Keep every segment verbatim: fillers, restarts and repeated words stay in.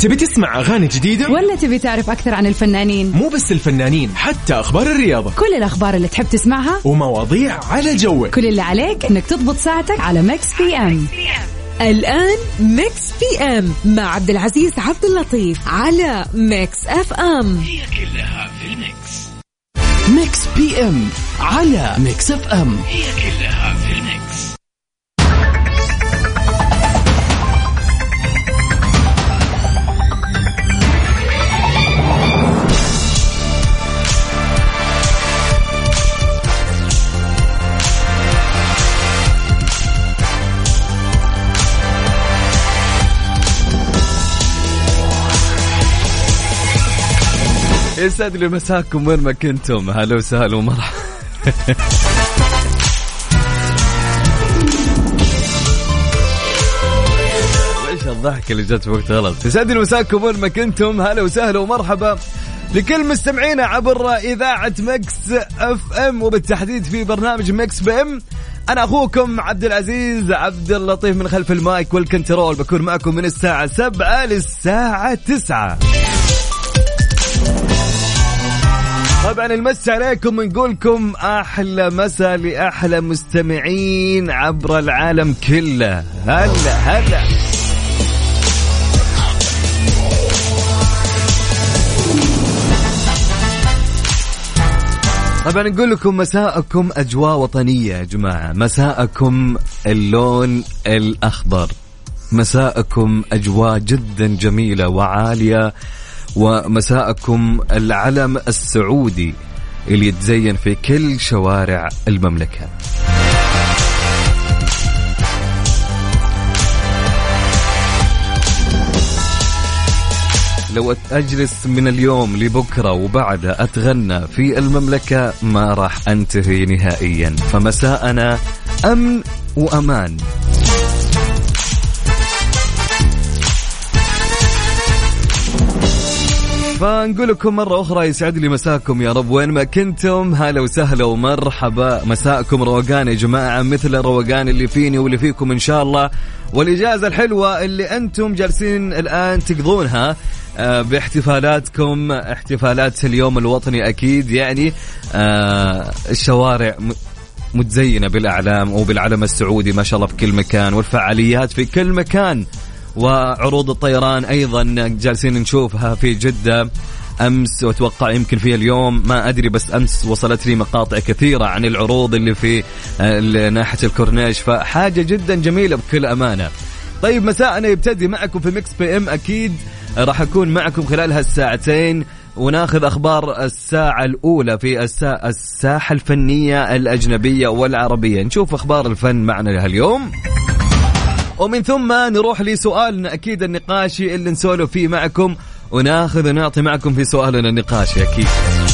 تبي تسمع أغاني جديدة؟ ولا تبي تعرف أكثر عن الفنانين؟ مو بس الفنانين، حتى أخبار الرياضة، كل الأخبار اللي تحب تسمعها ومواضيع على جوك. كل اللي عليك إنك تضبط ساعتك على ميكس بي أم. الآن ميكس بي أم مع عبد العزيز عبد اللطيف على ميكس أف أم. هي كلها في الميكس. ميكس بي أم على ميكس أف أم. هي كلها في الميكس. يسعد لي مساكم وين ما كنتم، هلا وسهلا ومرحبا. ايش الضحك اللي جت في وقت غلط. يسعد لي مساكم وين ما كنتم، هلا وسهلا ومرحبا لكل مستمعينا عبر إذاعة ميكس اف ام وبالتحديد في برنامج ميكس بي ام. أنا أخوكم عبد العزيز عبد اللطيف من خلف المايك والكنترول، بكون معكم من الساعة سبعة للساعة تسعة. طبعا المس عليكم نقولكم أحلى مسا لأحلى مستمعين عبر العالم كله. هلا هلا طبعا نقول لكم مساءكم أجواء وطنية يا جماعة، مساءكم اللون الأخضر، مساءكم أجواء جدا جميلة وعالية، ومساءكم العلم السعودي اللي يتزين في كل شوارع المملكة. لو أجلس من اليوم لبكرة وبعدها أتغنى في المملكة ما راح أنتهي نهائيا، فمساءنا أمن وأمان. فنقول لكم مرة أخرى يسعد لي مساكم يا رب وين ما كنتم، هلا وسهلا ومرحبا. مساءكم روقان يا جماعة، مثل الروقان اللي فيني واللي فيكم إن شاء الله، والإجازة الحلوة اللي أنتم جالسين الآن تقضونها باحتفالاتكم، احتفالات اليوم الوطني أكيد. يعني الشوارع متزينة بالأعلام وبالعلم السعودي ما شاء الله في كل مكان، والفعاليات في كل مكان، وعروض الطيران أيضا جالسين نشوفها في جدة أمس، وأتوقع يمكن في اليوم ما أدري، بس أمس وصلت لي مقاطع كثيرة عن العروض اللي في ناحية الكورنيش، فحاجة جدا جميلة بكل أمانة. طيب مساءنا يبتدي معكم في ميكس بي ام، أكيد راح أكون معكم خلال هالساعتين وناخذ أخبار الساعة الأولى في الساحة الفنية الأجنبية والعربية، نشوف أخبار الفن معنا لهاليوم، ومن ثم نروح لسؤالنا أكيد النقاشي اللي نسولف فيه معكم، وناخذ ونعطي معكم في سؤالنا النقاشي أكيد.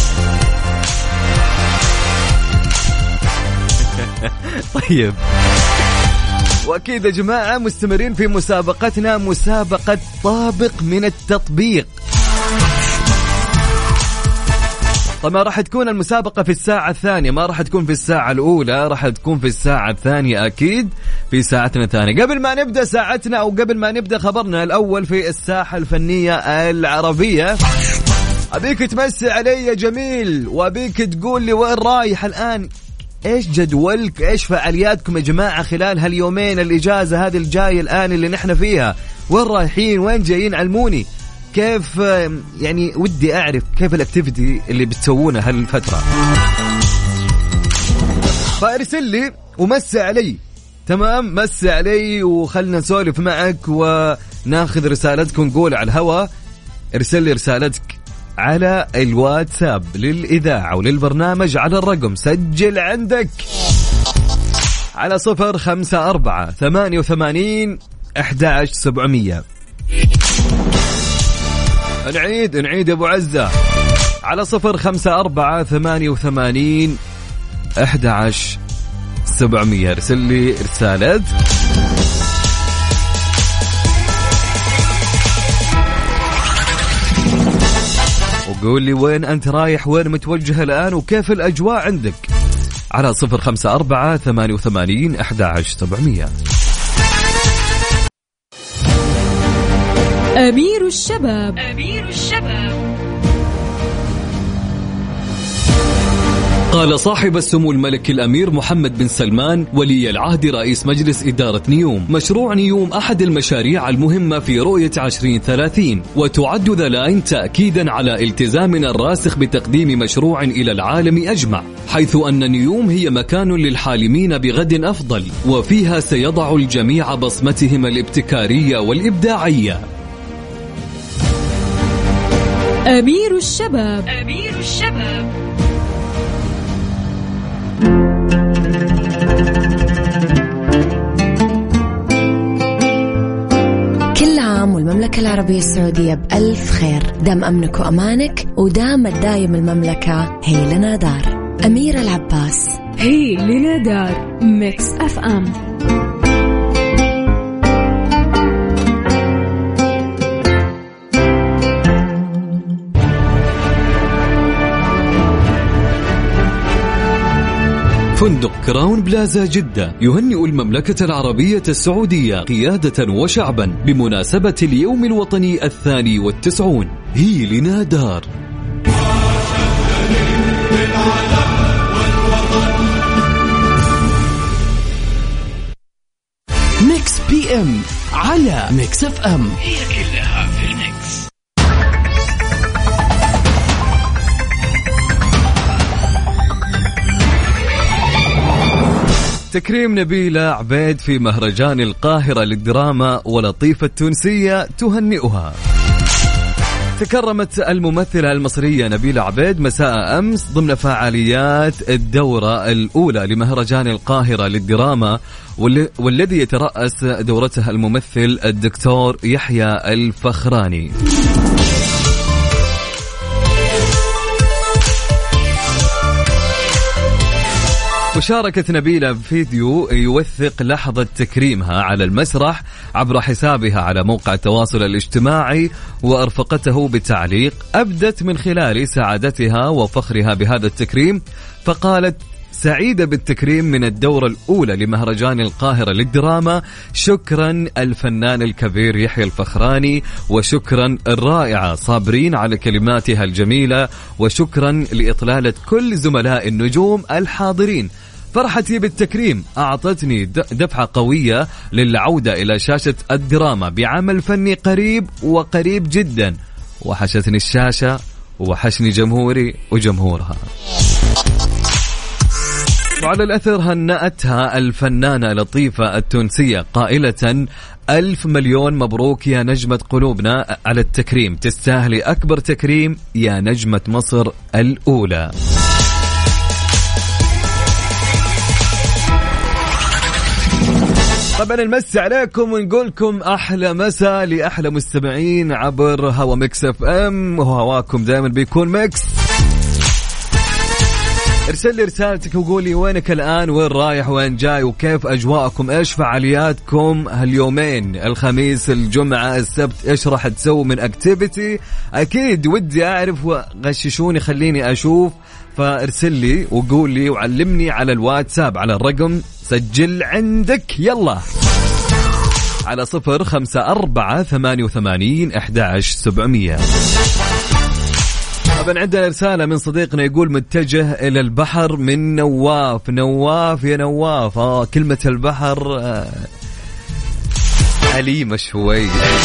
طيب وأكيد يا جماعة مستمرين في مسابقتنا، مسابقة طابق من التطبيق. طبعا راح تكون المسابقة في الساعة الثانية، ما راح تكون في الساعة الأولى، راح تكون في الساعة الثانية أكيد في ساعتنا الثانية. قبل ما نبدأ ساعتنا أو قبل ما نبدأ خبرنا الأول في الساحة الفنية العربية، أبيك تمسي علي يا جميل، وأبيك تقول لي وين رايح الآن، إيش جدولك، إيش فعالياتكم يا جماعة خلال هاليومين الإجازة هذه الجاية الآن اللي نحن فيها، وين رايحين وين جايين، علموني كيف، يعني ودي أعرف كيف الأكتيفيتي اللي بتسوونها هالفترة. فارسل لي ومسي علي، تمام، مسي علي وخلنا نسولف معك وناخذ رسالتكم، نقول على الهوا. ارسل لي رسالتك على الواتساب للإذاعة وللبرنامج على الرقم، سجل عندك على صفر خمسة أربعة ثمانية وثمانين أحد عشر سبعمية. نعيد نعيد أبو عزة على صفر خمسة أربعة ثمانية وثمانين أحد عشر سبعمية. ارسل لي رسالة وقول لي وين أنت رايح، وين متوجه الآن، وكيف الأجواء عندك على صفر خمسة أربعة ثمانية وثمانين أحد عشر سبعمية. أمير الشباب. أمير الشباب. قال صاحب السمو الملك الأمير محمد بن سلمان ولي العهد رئيس مجلس إدارة نيوم: مشروع نيوم أحد المشاريع المهمة في رؤية عشرين ثلاثين، وتعد ذا لاين تأكيدا على التزامنا الراسخ بتقديم مشروع إلى العالم أجمع، حيث أن نيوم هي مكان للحالمين بغد أفضل، وفيها سيضع الجميع بصمتهم الابتكارية والإبداعية. أمير الشباب. أمير الشباب. كل عام والمملكة العربية السعودية بألف خير، دام أمنك وأمانك، ودام الدايم المملكة هي لنا دار. أميرة العباس. هي لنا دار. ميكس أف أم. فندق كراون بلازا جدة يهنئ المملكة العربية السعودية قيادة وشعبا بمناسبة اليوم الوطني الثاني والتسعون. هي لنا دار. ميكس بي ام على ميكس اف ام. هي كلها في الميكس. تكريم نبيلة عبيد في مهرجان القاهرة للدراما ولطيفة التونسية تهنئها. تكرمت الممثلة المصرية نبيلة عبيد مساء أمس ضمن فعاليات الدورة الأولى لمهرجان القاهرة للدراما، والذي يترأس دورتها الممثل الدكتور يحيى الفخراني. وشاركت نبيلة بفيديو يوثق لحظة تكريمها على المسرح عبر حسابها على موقع التواصل الاجتماعي، وأرفقته بتعليق أبدت من خلال سعادتها وفخرها بهذا التكريم، فقالت: سعيدة بالتكريم من الدورة الأولى لمهرجان القاهرة للدراما، شكرا الفنان الكبير يحيى الفخراني، وشكرا الرائعة صابرين على كلماتها الجميلة، وشكرا لإطلالة كل زملاء النجوم الحاضرين. فرحتي بالتكريم أعطتني دفعة قوية للعودة إلى شاشة الدراما بعمل فني قريب وقريب جدا. وحشتني الشاشة وحشني جمهوري وجمهورها. وعلى الأثر هنأتها الفنانة لطيفة التونسية قائلة: ألف مليون مبروك يا نجمة قلوبنا على التكريم، تستاهلي أكبر تكريم يا نجمة مصر الأولى. طبعا نمسي عليكم ونقولكم أحلى مساء لأحلى مستمعين عبر هوا ميكس اف ام، وهواكم دائما بيكون ميكس. ارسل لي رسالتك وقولي وينك الآن، وين رايح وين جاي، وكيف أجواءكم، إيش فعالياتكم هاليومين، الخميس الجمعة السبت، إيش راح تسوي من أكتيفيتي. أكيد ودي أعرف وغششوني خليني أشوف، فارسل لي وقول لي وعلمني على الواتساب على الرقم، سجل عندك يلا على صفر خمسة أربعة ثمانية وثمانين أحد عشر سبعمية. طبعا عندنا رسالة من صديقنا يقول متجه إلى البحر من نواف. نواف يا نواف، آه كلمة البحر آه أليمة شوي.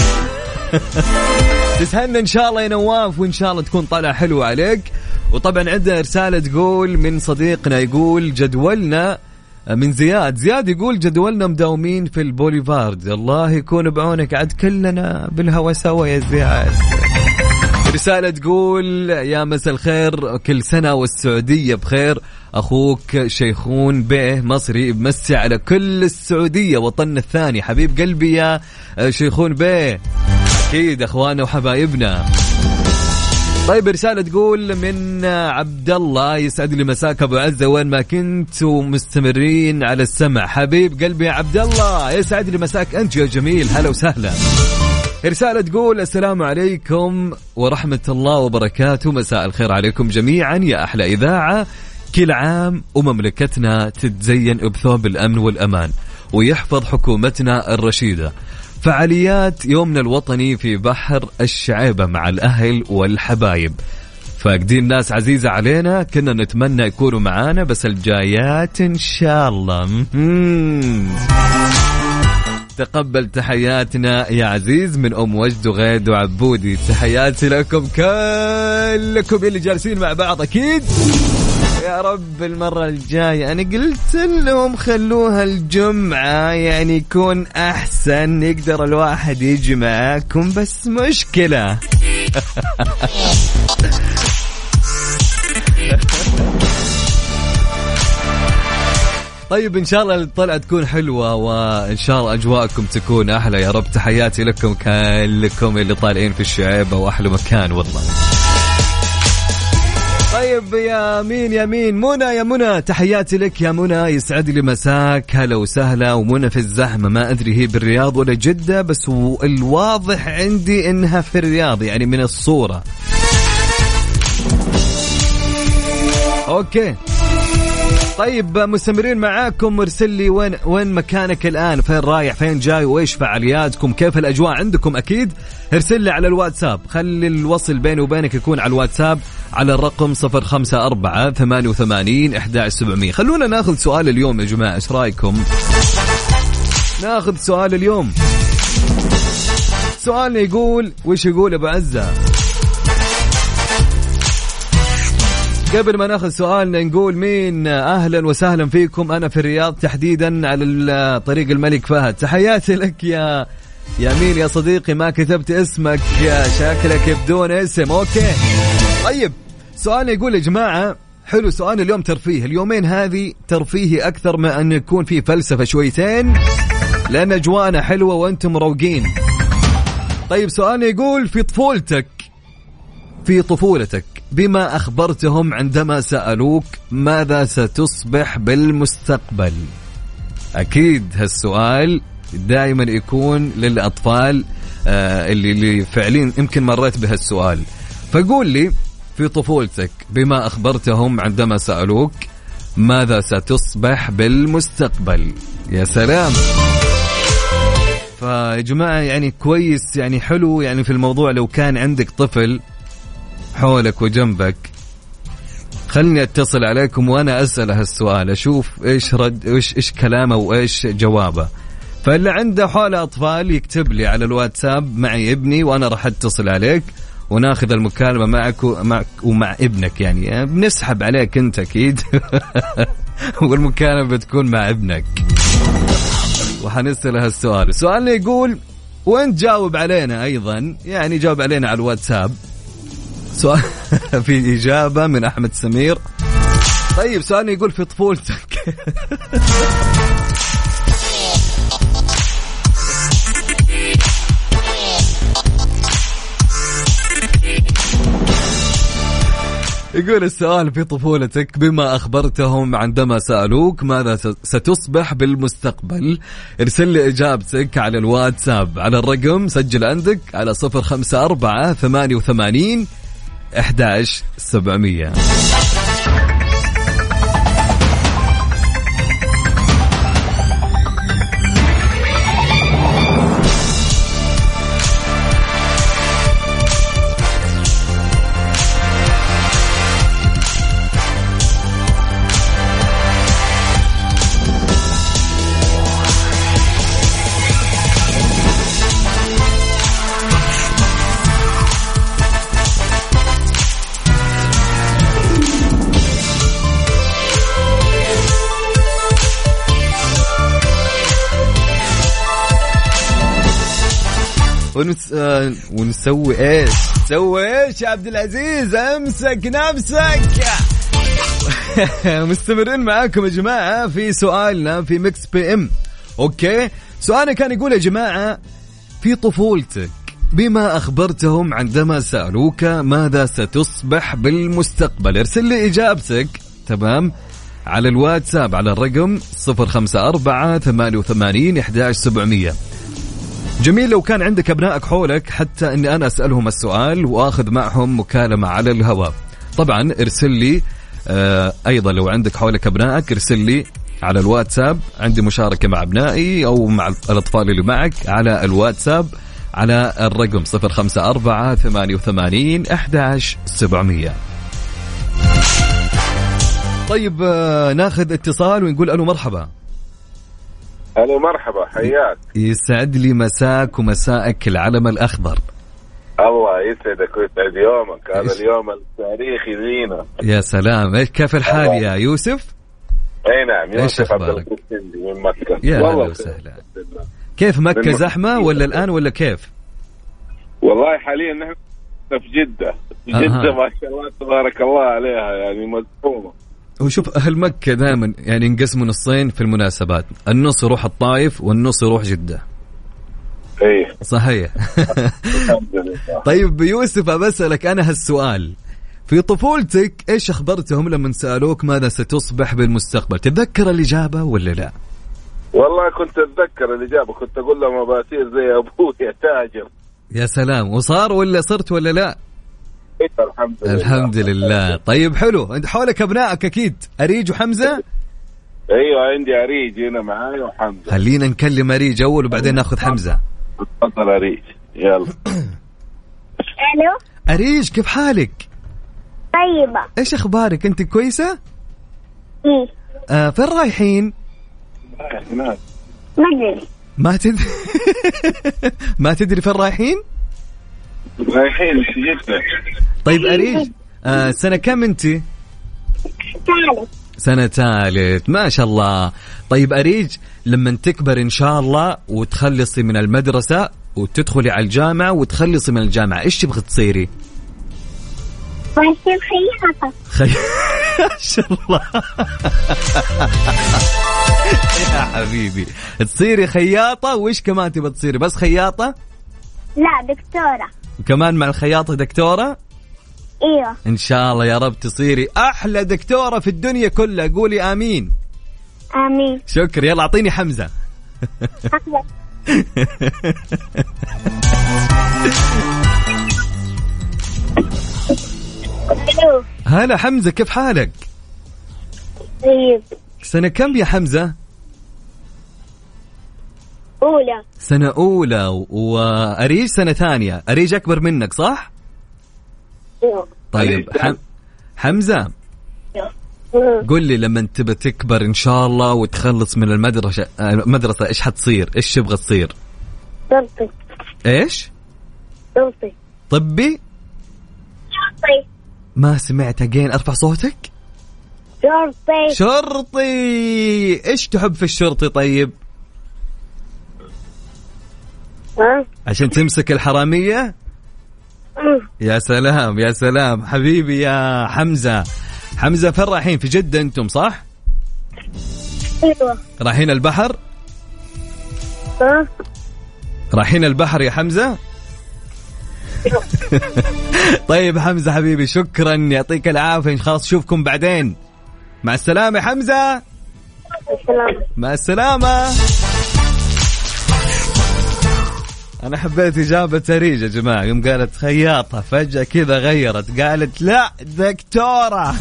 تسهلنا إن شاء الله يا نواف، وإن شاء الله تكون طالع حلو عليك. وطبعا عندنا رسالة تقول من صديقنا يقول جدولنا من زياد. زياد يقول جدولنا مداومين في البوليفارد، الله يكون بعونك، عد كلنا بالهوا سوا يا زياد. رسالة تقول يا مساء الخير، كل سنة والسعودية بخير، أخوك شيخون بيه مصري بمسي على كل السعودية وطن الثاني. حبيب قلبي يا شيخون بيه، أكيد أخوانا وحبايبنا. طيب رسالة تقول من عبد الله، يسعد لي مساك أبو عزة وين ما كنت ومستمرين على السمع. حبيب قلبي يا عبد الله، يسعد لي مساك أنت يا جميل، هلا وسهلا. رسالة تقول السلام عليكم ورحمة الله وبركاته، مساء الخير عليكم جميعا يا أحلى إذاعة، كل عام ومملكتنا تتزين بثوب الأمن والأمان، ويحفظ حكومتنا الرشيدة. فعاليات يومنا الوطني في بحر الشعيبة مع الأهل والحبايب. فاقدين ناس عزيزة علينا كنا نتمنى يكونوا معانا، بس الجايات إن شاء الله. مم. تقبل تحياتنا يا عزيز من أم وجد وغيد وعبودي. تحياتي لكم كلكم اللي جالسين مع بعض. أكيد يا رب المرة الجاية أنا قلت لهم خلوها الجمعة يعني يكون أحسن، يقدر الواحد يجي معاكم، بس مشكلة طيب إن شاء الله الطلعة تكون حلوة، وإن شاء الله أجواءكم تكون أحلى يا رب. تحياتي لكم كلكم اللي طالعين في الشعيبة وأحلى مكان والله. طيب يا مين يا مين منى يا منى، تحياتي لك يا منى، يسعد لي مساك، هلا وسهلا. ومنى في الزحمة، ما أدري هي بالرياض ولا جدة، بس الواضح عندي إنها في الرياض يعني من الصورة. أوكي طيب مستمرين معاكم. ارسل لي وين وين مكانك الآن، فين رايح فين جاي، وإيش فعالياتكم، كيف الأجواء عندكم. أكيد ارسل لي على الواتساب، خلي الوصل بيني وبينك يكون على الواتساب على الرقم صفر خمسة أربعة ثمانية وثمانين أحد عشر سبعمية. خلونا ناخذ سؤال اليوم يا جماعة، إيش رأيكم ناخذ سؤال اليوم؟ سؤالنا يقول، وإيش يقول أبو عزة؟ قبل ما ناخذ سؤالنا نقول مين أهلا وسهلا فيكم. أنا في الرياض تحديدا على طريق الملك فهد. تحياتي لك يا يا مين يا صديقي، ما كتبت اسمك يا شكلك بدون اسم. أوكي طيب سؤالنا يقول يا جماعة، حلو سؤال اليوم ترفيه، اليومين هذه ترفيهي أكثر ما أن يكون في فلسفة شويتين، لأن أجواءنا حلوة وأنتم مروقين. طيب سؤالنا يقول، في طفولتك في طفولتك بما أخبرتهم عندما سألوك ماذا ستصبح بالمستقبل. أكيد هالسؤال دائما يكون للأطفال آه اللي, اللي فعليا يمكن مريت بهالسؤال. فقول لي في طفولتك بما أخبرتهم عندما سألوك ماذا ستصبح بالمستقبل. يا سلام. فيا جماعة يعني كويس يعني حلو يعني في الموضوع لو كان عندك طفل حولك وجنبك، خلني أتصل عليكم وأنا أسأل هالسؤال أشوف إيش رد إيش إيش كلامه وإيش جوابه. فاللي عنده حول أطفال يكتب لي على الواتساب معي ابني وأنا راح أتصل عليك وناخذ المكالمة معك ومع, ومع ابنك، يعني بنسحب عليك أنت أكيد والمكالمة بتكون مع ابنك وحنسأل هالسؤال. سؤالنا يقول، وأنت جاوب علينا أيضا، يعني جاوب علينا على الواتساب. سؤال في إجابة من أحمد سمير. طيب سؤالنا يقول، في طفولتك يقول السؤال، في طفولتك بما أخبرتهم عندما سألوك ماذا ستصبح بالمستقبل. ارسل لي إجابتك على الواتساب على الرقم، سجل عندك على صفر خمسة أربعة ثمانية وثمانين أحد عشر سبعمية. ونس... آه... ونسوي ايش سوي ايش يا عبد العزيز، امسك نفسك. مستمرين معاكم يا جماعة في سؤالنا في ميكس بي ام. اوكي سؤالنا كان يقول يا جماعة، في طفولتك بما أخبرتهم عندما سألوك ماذا ستصبح بالمستقبل. ارسل لي إجابتك تمام على الواتساب على الرقم صفر خمسة أربعة ثمانية وثمانين أحد عشر سبعمية. جميل لو كان عندك أبنائك حولك حتى أني أنا أسألهم السؤال وأخذ معهم مكالمة على الهواء. طبعا ارسل لي آه أيضا لو عندك حولك أبنائك ارسل لي على الواتساب. عندي مشاركة مع أبنائي أو مع الأطفال اللي معك على الواتساب على الرقم صفر خمسة أربعة ثمانية وثمانين أحد عشر سبعمية. طيب ناخذ اتصال ونقول ألو مرحبا. ألو مرحبا، حياك. يسعد لي مساك ومساءك العلم الأخضر. الله يسعدك ويسعد يومك. هذا اليوم التاريخي لينا. يا سلام. ايش كيف الحال يا يوسف؟ اي نعم، يوسف عبد القادر من مكة. يا اهلا وسهلا. كيف مكة زحمة ولا الآن ولا كيف؟ والله حاليا نحن في جدة. جدة ما شاء الله تبارك الله عليها، يعني مزحومة. وشوف أهل مكة دائما يعني ينقسموا نصين في المناسبات، النص يروح الطائف والنص يروح جدة. ايه صحيح. طيب يوسف بسألك أنا هالسؤال، في طفولتك إيش أخبرتهم لما سألوك ماذا ستصبح بالمستقبل؟ تتذكر الإجابة ولا لا؟ والله كنت أتذكر الإجابة، كنت أقول لهم بصير زي أبوي تاجر. يا سلام. وصار ولا صرت ولا لا؟ إيه الحمد لله. الحمد لله. طيب حلو. أنت حولك أبنائك أكيد، أريج وحمزة؟ أيوة عندي أريج هنا معاي وحمزة. خلينا نكلم أريج أول وبعدين ناخذ حمزة. تفضل أريج. يلا. ألو أريج، كيف حالك؟ طيبة. إيش أخبارك؟ أنت كويسة؟ إيه. آه فين رايحين؟ ما أدري. ما تدري. ما تدري فين رايحين؟ رايحين في جدة. طيب أريج، آه سنة كم أنت؟ ثالث. سنة ثالث، ما شاء الله. طيب أريج، لما تكبر إن شاء الله وتخلصي من المدرسة وتدخلي على الجامعة وتخلصي من الجامعة، إيش تبغي تصيري؟ بصير خياطة. خي... ما شاء الله. يا حبيبي، تصيري خياطة وإيش كمان تبغى تصيري؟ بس خياطة؟ لا دكتورة. كمان مع الخياطة دكتورة؟ ايوه ان شاء الله يا رب تصيري احلى دكتورة في الدنيا كلها. قولي امين. امين. شكرا. يلا اعطيني حمزة. هلا حمزة، كيف حالك؟ طيب. سنة كم يا حمزة؟ أولى. سنة أولى. وأريج سنة ثانية. أريج أكبر منك صح؟ طيب حم... حمزة قل لي لما تبى تكبر إن شاء الله وتخلص من المدرسة المدرسة إيش حتصير؟ إيش تبغى تصير؟ طبي. إيش؟ طبي. طبي؟ شرطي. ما سمعت أجين، أرفع صوتك. شرطي. شرطي. إيش تحب في الشرطي طيب؟ ها؟ عشان تمسك الحرامية؟ يا سلام يا سلام حبيبي يا حمزة. حمزة فين رايحين؟ في جدة أنتم صح؟ ايوه. رايحين البحر؟ ها؟ رايحين البحر يا حمزة؟ طيب حمزة حبيبي شكرا، يعطيك العافية. خلاص شوفكم بعدين. مع السلامة يا حمزة. السلام. مع السلامة. أنا حبيت إجابة أريج يا جماعة، يوم قالت خياطة فجأة كذا غيرت، قالت لا دكتورة.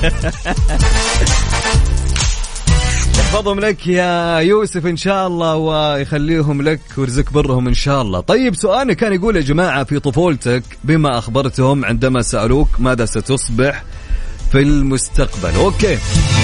يحفظهم لك يا يوسف إن شاء الله ويخليهم لك ويرزق برهم إن شاء الله. طيب سؤالنا كان يقول يا جماعة، في طفولتك بما أخبرتهم عندما سألوك ماذا ستصبح في المستقبل. أوكي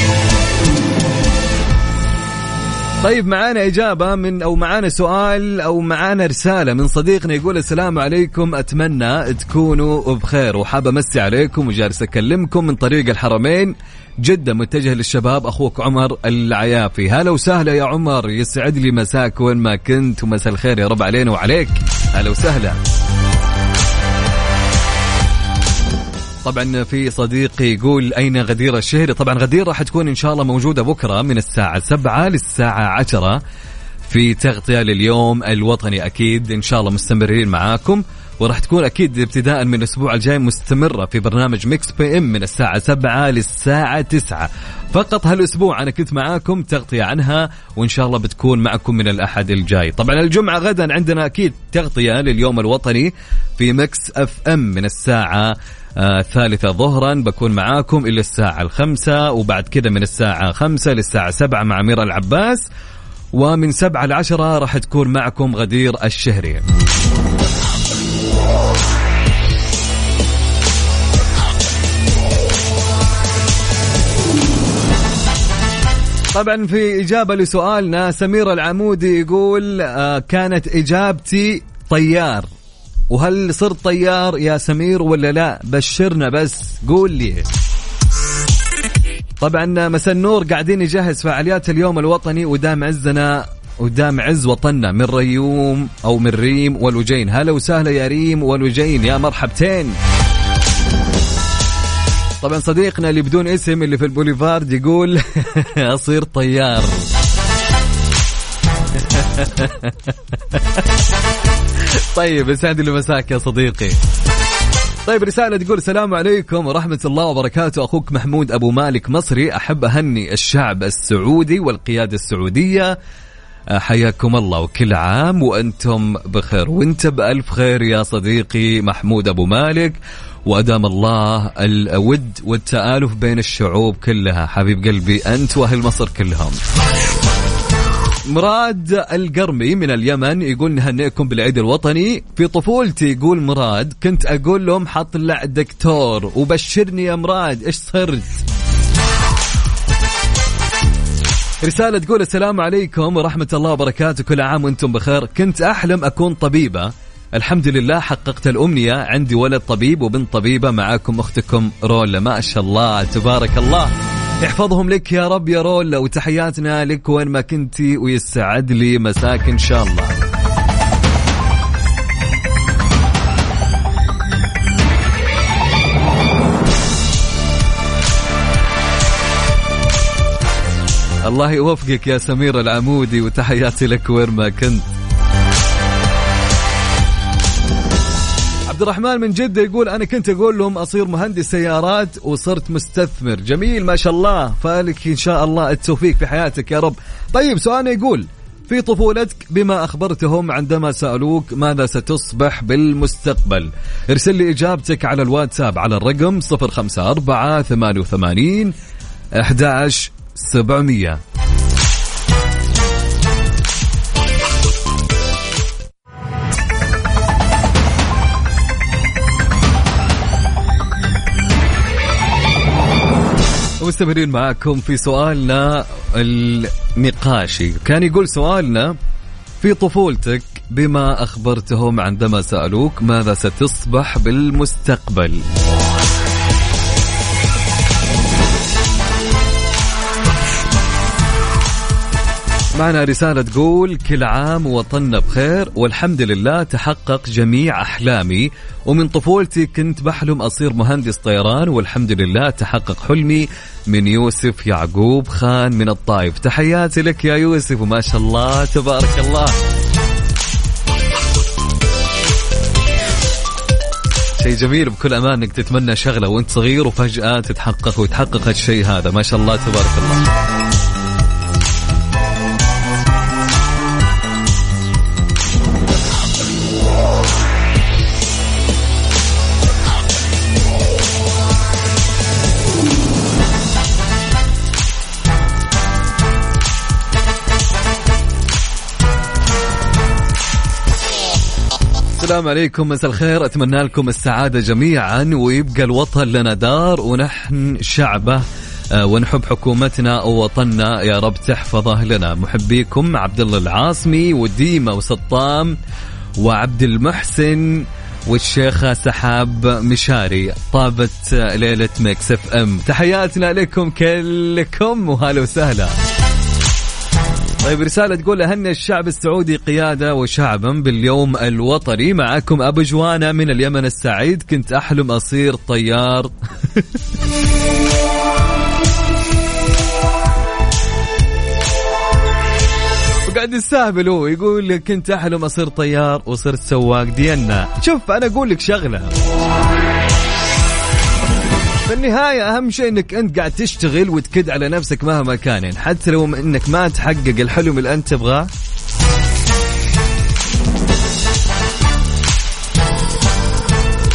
طيب معانا إجابة من أو معانا سؤال أو معانا رسالة من صديقنا يقول السلام عليكم، أتمنى تكونوا بخير وحابة أمسي عليكم وجالس أكلمكم من طريق الحرمين جدة، متجه للشباب، أخوك عمر العيافي. هلا وسهلا يا عمر، يسعد لي مساك وين ما كنت ومساء الخير يا رب علينا وعليك. هلا وسهلا. طبعا في صديقي يقول أين غديرة الشهري؟ طبعا غديرة راح تكون إن شاء الله موجودة بكرة من الساعة سبعة للساعة عشرة في تغطية لليوم الوطني. أكيد إن شاء الله مستمرين معاكم، وراح تكون أكيد ابتداء من الأسبوع الجاي مستمرة في برنامج ميكس بي ام من الساعة سبعة للساعة تسعة. فقط هالأسبوع أنا كنت معاكم تغطية عنها، وإن شاء الله بتكون معكم من الأحد الجاي. طبعا الجمعة غدا عندنا أكيد تغطية لليوم الوطني في ميكس اف ام من الساعة الثالثة ظهرا بكون معاكم إلى الساعة الخمسة، وبعد كده من الساعة خمسة للساعة سبعة مع أميرة العباس، ومن سبعة لعشرة راح تكون معكم غدير الشهري. طبعا في إجابة لسؤالنا سمير العمودي يقول آه كانت إجابتي طيار، وهل صرت طيار يا سمير ولا لا؟ بشرنا بس، قول لي. طبعا مساء النور، قاعدين نجهز فعاليات اليوم الوطني ودام عزنا ودام عز وطننا من ريوم أو من ريم والوجين. هلا وسهلا يا ريم والوجين، يا مرحبتين. طبعا صديقنا اللي بدون اسم اللي في البوليفارد يقول أصير طيار. طيب يسعد لي مساك يا صديقي. طيب رسالة تقول السلام عليكم ورحمة الله وبركاته، أخوك محمود أبو مالك مصري، أحب أهني الشعب السعودي والقيادة السعودية، حياكم الله وكل عام وأنتم بخير. وانت بألف خير يا صديقي محمود أبو مالك، وأدام الله الود والتآلف بين الشعوب كلها. حبيب قلبي أنت وأهل مصر كلهم. مراد القرمي من اليمن يقول نهنئكم بالعيد الوطني. في طفولتي يقول مراد كنت أقول لهم حطلع دكتور، وبشرني يا مراد إيش صرت. رسالة تقول السلام عليكم ورحمة الله وبركاته، كل عام وانتم بخير. كنت أحلم أكون طبيبة، الحمد لله حققت الأمنية، عندي ولد طبيب وبنت طبيبة. معاكم أختكم رولا. ما شاء الله تبارك الله، يحفظهم لك يا رب يا رولا، وتحياتنا لك وين ما كنتي، ويسعد لي مساك إن شاء الله. الله يوفقك يا سمير العمودي، وتحياتي لك وين ما كنت. عبد الرحمن من جدة يقول أنا كنت أقول لهم أصير مهندس سيارات وصرت مستثمر. جميل ما شاء الله، فالك إن شاء الله التوفيق في حياتك يا رب. طيب سؤالنا يقول في طفولتك بما أخبرتهم عندما سألوك ماذا ستصبح بالمستقبل؟ ارسل لي إجابتك على الواتساب على الرقم صفر خمسة أربعة ثمانية وثمانين أحد عشر سبعمية. مستمرين معاكم في سؤالنا النقاشي. كان يقول سؤالنا في طفولتك بما أخبرتهم عندما سألوك ماذا ستصبح بالمستقبل؟ معنا رسالة تقول كل عام وطننا بخير، والحمد لله تحقق جميع أحلامي، ومن طفولتي كنت بحلم أصير مهندس طيران، والحمد لله تحقق حلمي. من يوسف يعقوب خان من الطائف. تحياتي لك يا يوسف، وما شاء الله تبارك الله. شيء جميل بكل أمان إنك تتمنى شغلة وانت صغير وفجأة تتحقق وتحقق هالشيء هذا، ما شاء الله تبارك الله. السلام عليكم، مساء الخير، أتمنى لكم السعادة جميعا، ويبقى الوطن لنا دار ونحن شعبه ونحب حكومتنا ووطننا يا رب تحفظه لنا. محبيكم عبد الله العاصمي وديمة وسطام وعبد المحسن والشيخة سحاب مشاري. طابت ليلة ميكس اف ام، تحياتنا لكم كلكم وهلا وسهلا. طيب رسالة تقول أهني الشعب السعودي قيادة وشعبا باليوم الوطني. معكم أبو جوانا من اليمن السعيد، كنت أحلم أصير طيار. وقاعد يستهبل هو، يقول كنت أحلم أصير طيار وصرت سواق دينا. شوف أنا أقول لك شغلة، في النهاية أهم شيء أنك أنت قاعد تشتغل وتكد على نفسك مهما كان، حتى لو أنك ما تحقق الحلم اللي أنت تبغاه.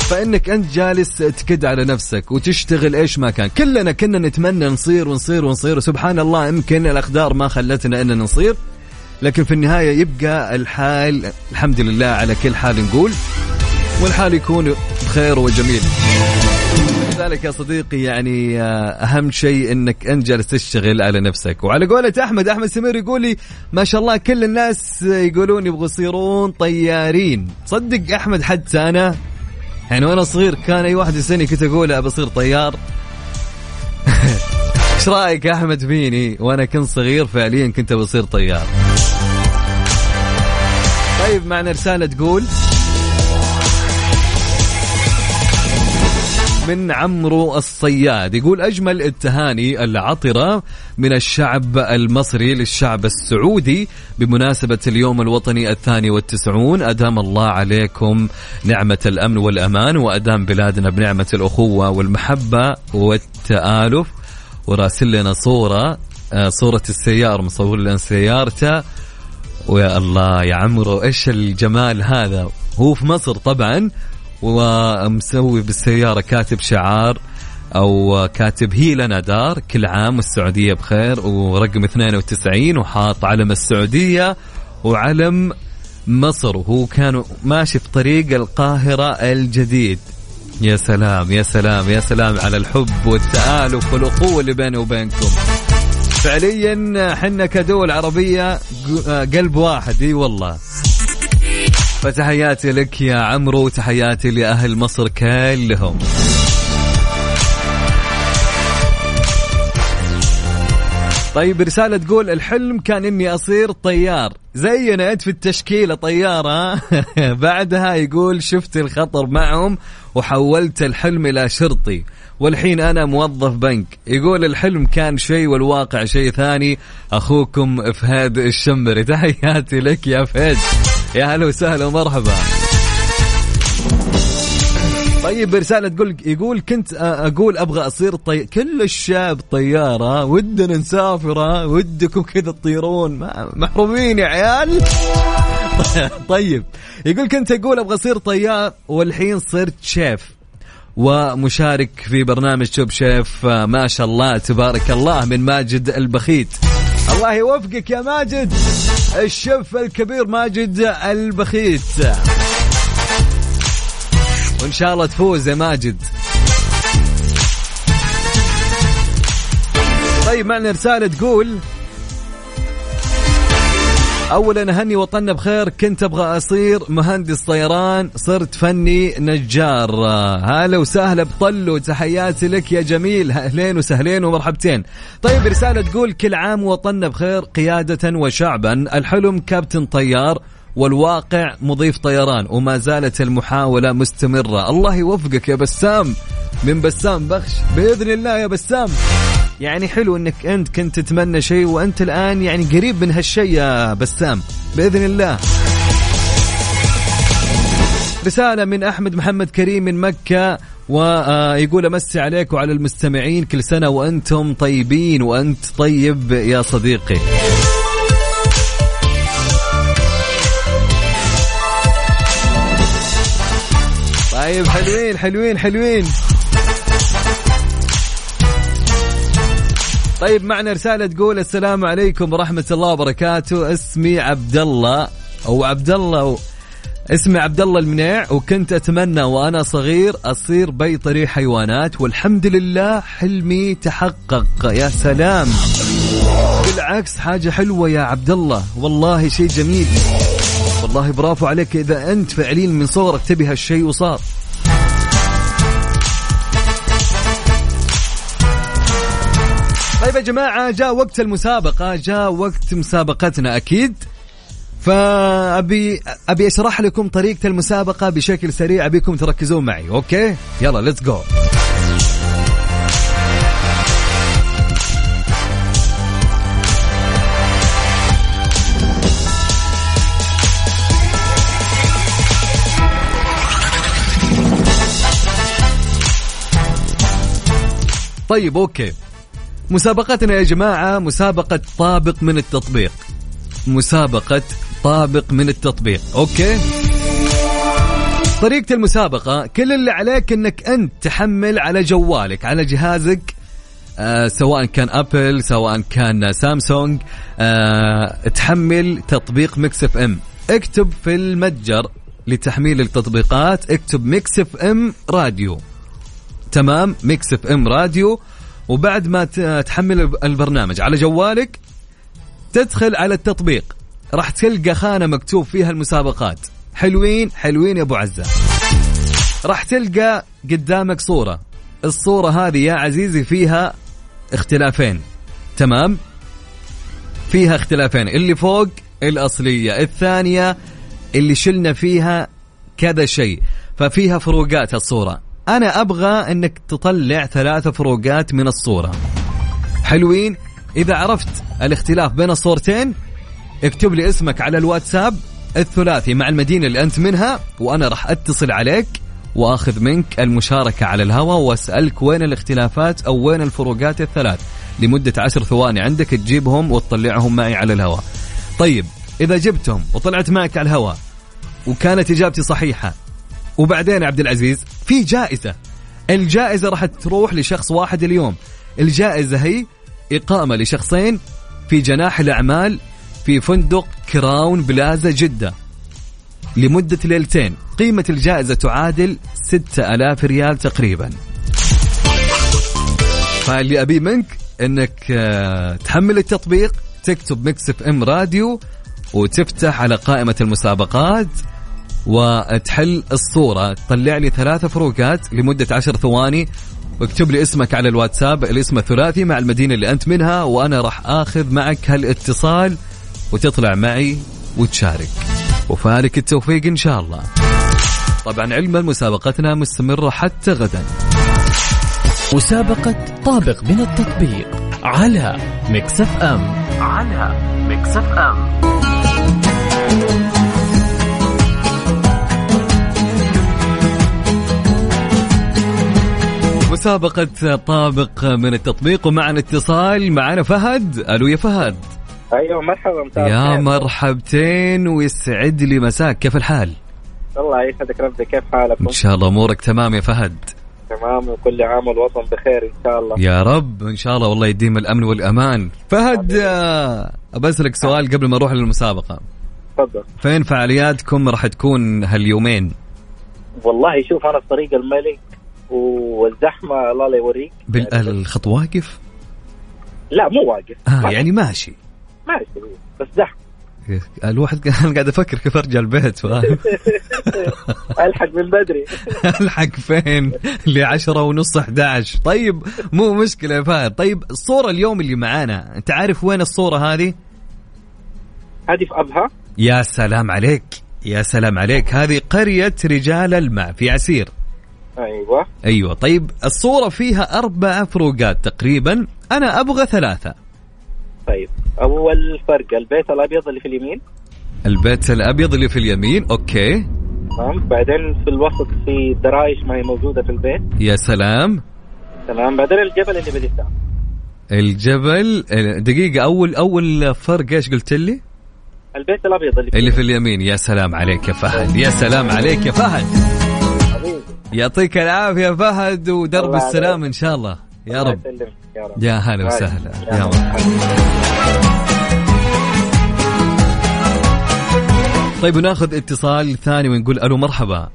فإنك أنت جالس تكد على نفسك وتشتغل إيش ما كان. كلنا كنا نتمنى نصير ونصير ونصير، وسبحان الله يمكن الأقدار ما خلتنا أن نصير، لكن في النهاية يبقى الحال الحمد لله على كل حال نقول، والحال يكون بخير وجميل. لذلك يا صديقي يعني أهم شيء أنك أنت جالس تشتغل على نفسك. وعلى قولة أحمد أحمد سمير يقول لي ما شاء الله كل الناس يقولون يبغوا يصيرون طيارين. صدق أحمد حتى أنا يعني وأنا صغير كان أي واحد يسألني كنت أقول أبى أصير طيار. إيش رأيك يا أحمد فيني وأنا كنت صغير فعليا كنت أبى أصير طيار. طيب معنا رسالة تقول من عمرو الصياد، يقول أجمل التهاني العطرة من الشعب المصري للشعب السعودي بمناسبة اليوم الوطني الثاني والتسعون. أدام الله عليكم نعمة الأمن والأمان، وأدام بلادنا بنعمة الأخوة والمحبة والتآلف. وراسل لنا صورة صورة السيارة، مصور لنا سيارته، ويا الله يا عمرو إيش الجمال هذا. هو في مصر طبعا، ومسوي بالسيارة كاتب شعار أو كاتب هي لنا دار، كل عام والسعودية بخير، ورقم اثنين وتسعين، وحاط علم السعودية وعلم مصر، وهو كان ماشي في طريق القاهرة الجديد. يا سلام يا سلام يا سلام على الحب والتآلف والأخوة اللي بيني وبينكم. فعليا حنا كدول عربية قلب واحد. اي والله. فتحياتي لك يا عمرو، وتحياتي لأهل مصر كلهم. طيب رسالة تقول الحلم كان إني أصير طيار زينا في التشكيلة طيارة. بعدها يقول شفت الخطر معهم وحولت الحلم إلى شرطي، والحين أنا موظف بنك. يقول الحلم كان شيء والواقع شيء ثاني. أخوكم فهد الشمري. تحياتي لك يا فهد، يا هلا وسهلا ومرحبا. طيب رسالة تقول يقول كنت أقول أبغى أصير طي... كل الشعب طيارة، ودنا نسافر، ودكم كذا تطيرون، محرومين يا عيال. طيب يقول كنت أقول أبغى أصير طيار، والحين صرت شيف ومشارك في برنامج توب شيف. ما شاء الله تبارك الله. من ماجد البخيت. الله يوفقك يا ماجد، الشيف الكبير ماجد البخيت، وإن شاء الله تفوز يا ماجد. طيب معنا رسالة تقول أولا هني وطننا بخير، كنت أبغى أصير مهندس طيران، صرت فني نجار. هلا وسهلا بطلو، تحياتي لك يا جميل، أهلين وسهلين ومرحبتين. طيب رسالة تقول كل عام وطننا بخير قيادة وشعبا، الحلم كابتن طيار والواقع مضيف طيران، وما زالت المحاولة مستمرة. الله يوفقك يا بسام، من بسام بخش بإذن الله يا بسام. يعني حلو انك انت كنت تتمنى شيء وانت الان يعني قريب من هالشيء يا بسام بإذن الله. رسالة من أحمد محمد كريم من مكة، ويقول أمسي عليك وعلى المستمعين، كل سنة وأنتم طيبين، وأنت طيب يا صديقي. طيب حلوين حلوين حلوين. طيب معنا رسالة تقول السلام عليكم ورحمة الله وبركاته، اسمي عبد الله أو عبد الله اسمي عبد الله المنيع، وكنت أتمنى وأنا صغير أصير بيطري حيوانات، والحمد لله حلمي تحقق. يا سلام، بالعكس حاجة حلوة يا عبد الله، والله شيء جميل، والله برافو عليك إذا أنت فعليا من صغرك تبي هالشيء وصار. طيب يا جماعة جاء وقت المسابقة، جاء وقت مسابقتنا أكيد، فأبي أبي أشرح لكم طريقة المسابقة بشكل سريع، أبيكم تركزون معي. أوكي يلا ليتس جو. طيب أوكي، مسابقتنا يا جماعة مسابقة طابق من التطبيق، مسابقة طابق من التطبيق. أوكي طريقة المسابقة كل اللي عليك انك انت تحمل على جوالك على جهازك آه سواء كان ابل سواء كان سامسونج آه تحمل تطبيق ميكس اف ام. اكتب في المتجر لتحميل التطبيقات اكتب ميكس اف ام راديو. تمام ميكس اف ام راديو. وبعد ما تحمل البرنامج على جوالك تدخل على التطبيق راح تلقى خانة مكتوب فيها المسابقات. حلوين حلوين يا ابو عزة. راح تلقى قدامك صورة. الصورة هذه يا عزيزي فيها اختلافين. تمام فيها اختلافين اللي فوق الأصلية الثانية اللي شلنا فيها كذا شيء ففيها فروقات الصورة. أنا أبغى أنك تطلع ثلاثة فروقات من الصورة. حلوين. إذا عرفت الاختلاف بين الصورتين اكتب لي اسمك على الواتساب الثلاثي مع المدينة اللي أنت منها وأنا راح أتصل عليك وأخذ منك المشاركة على الهواء وأسألك وين الاختلافات أو وين الفروقات الثلاث لمدة عشر ثواني عندك تجيبهم وتطلعهم معي على الهواء. طيب إذا جبتهم وطلعت معك على الهواء وكانت إجابتي صحيحة وبعدين عبد العزيز في جائزة. الجائزة راح تروح لشخص واحد اليوم. الجائزة هي إقامة لشخصين في جناح الأعمال في فندق كراون بلازا جدة لمدة ليلتين. قيمة الجائزة تعادل ستة آلاف ريال تقريبا. فاللي أبي منك أنك تحمل التطبيق تكتب ميكس اف ام راديو وتفتح على قائمة المسابقات وتحل الصورة. تطلع لي ثلاثة فروقات لمدة عشر ثواني واكتب لي اسمك على الواتساب الاسم الثلاثي مع المدينة اللي أنت منها وأنا راح آخذ معك هالاتصال وتطلع معي وتشارك وفالك التوفيق إن شاء الله. طبعا علما مسابقتنا مستمرة حتى غدا. مسابقة طابق من التطبيق على ميكس اف ام على ميكس اف ام. مسابقة طابق من التطبيق ومعنا اتصال. معنا فهد. ألو يا فهد. أيوة مرحبا. يا مرحبتين ويسعد لي مساك. كيف الحال؟ الله يسعدك ربي. كيف حالكم؟ إن شاء الله أمورك تمام يا فهد. تمام وكل عام والوطن بخير إن شاء الله. يا رب إن شاء الله والله يديم الأمن والأمان. فهد أبسلك سؤال قبل ما أروح للمسابقة. تفضل. فين فعالياتكم راح تكون هاليومين؟ والله شوف أنا في طريق الملك والزحمة الله لا يوريك. بالخط واقف؟ لا مو واقف. آه يعني ماشي. ماشي بس زحمة. الواحد كان قاعد أفكر كيف أرجع البيت. ألحق من بدري. ألحق فين؟ لعشرة ونص أحد عشر. طيب مو مشكلة يا فهد. طيب الصورة اليوم اللي معانا أنت عارف وين الصورة هذه؟ هذه في أبها. يا سلام عليك يا سلام عليك. هذه قرية رجال الماء في عسير. أيوة أيوة. طيب الصورة فيها أربع فروقات تقريبا. أنا أبغى ثلاثة. طيب أول فرق البيت الأبيض اللي في اليمين. البيت الأبيض اللي في اليمين. أوكي تمام. بعدين في الوسط في درايش ما هي موجودة في البيت. يا سلام. تمام. بعدين الجبل اللي باليسار. الجبل دقيقة. أول أول فرق إيش قلت لي؟ البيت الأبيض اللي في, اللي في اليمين. يا سلام عليك يا فهد. يا سلام عليك يا فهد. يعطيك العافية فهد ودرب السلام إن شاء الله يا رب. يا رب. يا هلا وسهلا يا مرحبا. طيب ناخذ اتصال ثاني ونقول ألو مرحبا.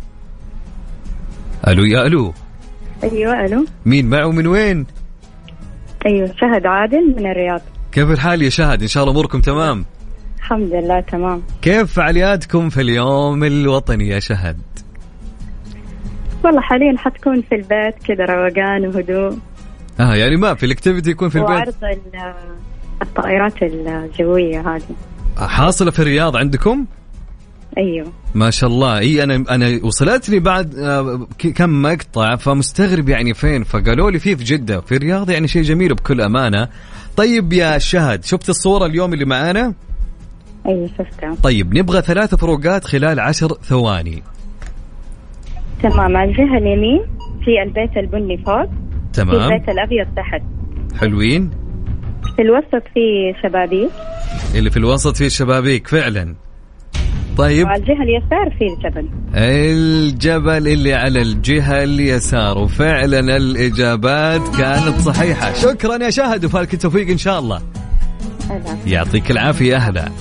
ألو يا ألو. أيوة ألو. مين معه من وين؟ أيوة شهد عادل من الرياض. كيف الحال يا شهد؟ إن شاء الله أموركم تمام؟ الحمد لله تمام. كيف فعالياتكم في اليوم الوطني يا شهد؟ والله حاليا حتكون في البيت كذا روقان وهدوء. اه يعني ما في الاكتيفيتي يكون في البيت. وعرض الطائرات الجوية هذه حاصلة في الرياض عندكم؟ ايوه ما شاء الله. اي انا انا وصلت لي بعد كم مقطع فمستغرب يعني فين، فقالوا لي فيه في جدة. في الرياض يعني شيء جميل بكل امانة. طيب يا شهد شفت الصورة اليوم اللي معانا؟ ايوه شفتها. طيب نبغى ثلاث فروقات خلال عشر ثواني. تمام. على الجهة اليمين في البيت البني فوق. تمام. في البيت الابيض تحت. حلوين. في الوسط في شبابيك. اللي في الوسط في شبابيك فعلا. طيب وعلى الجهة اليسار في الجبل. الجبل اللي على الجهة اليسار، وفعلا الإجابات كانت صحيحة. شكرا يا شاهد وفالك التوفيق إن شاء الله. أهلا. يعطيك العافية. أهلا.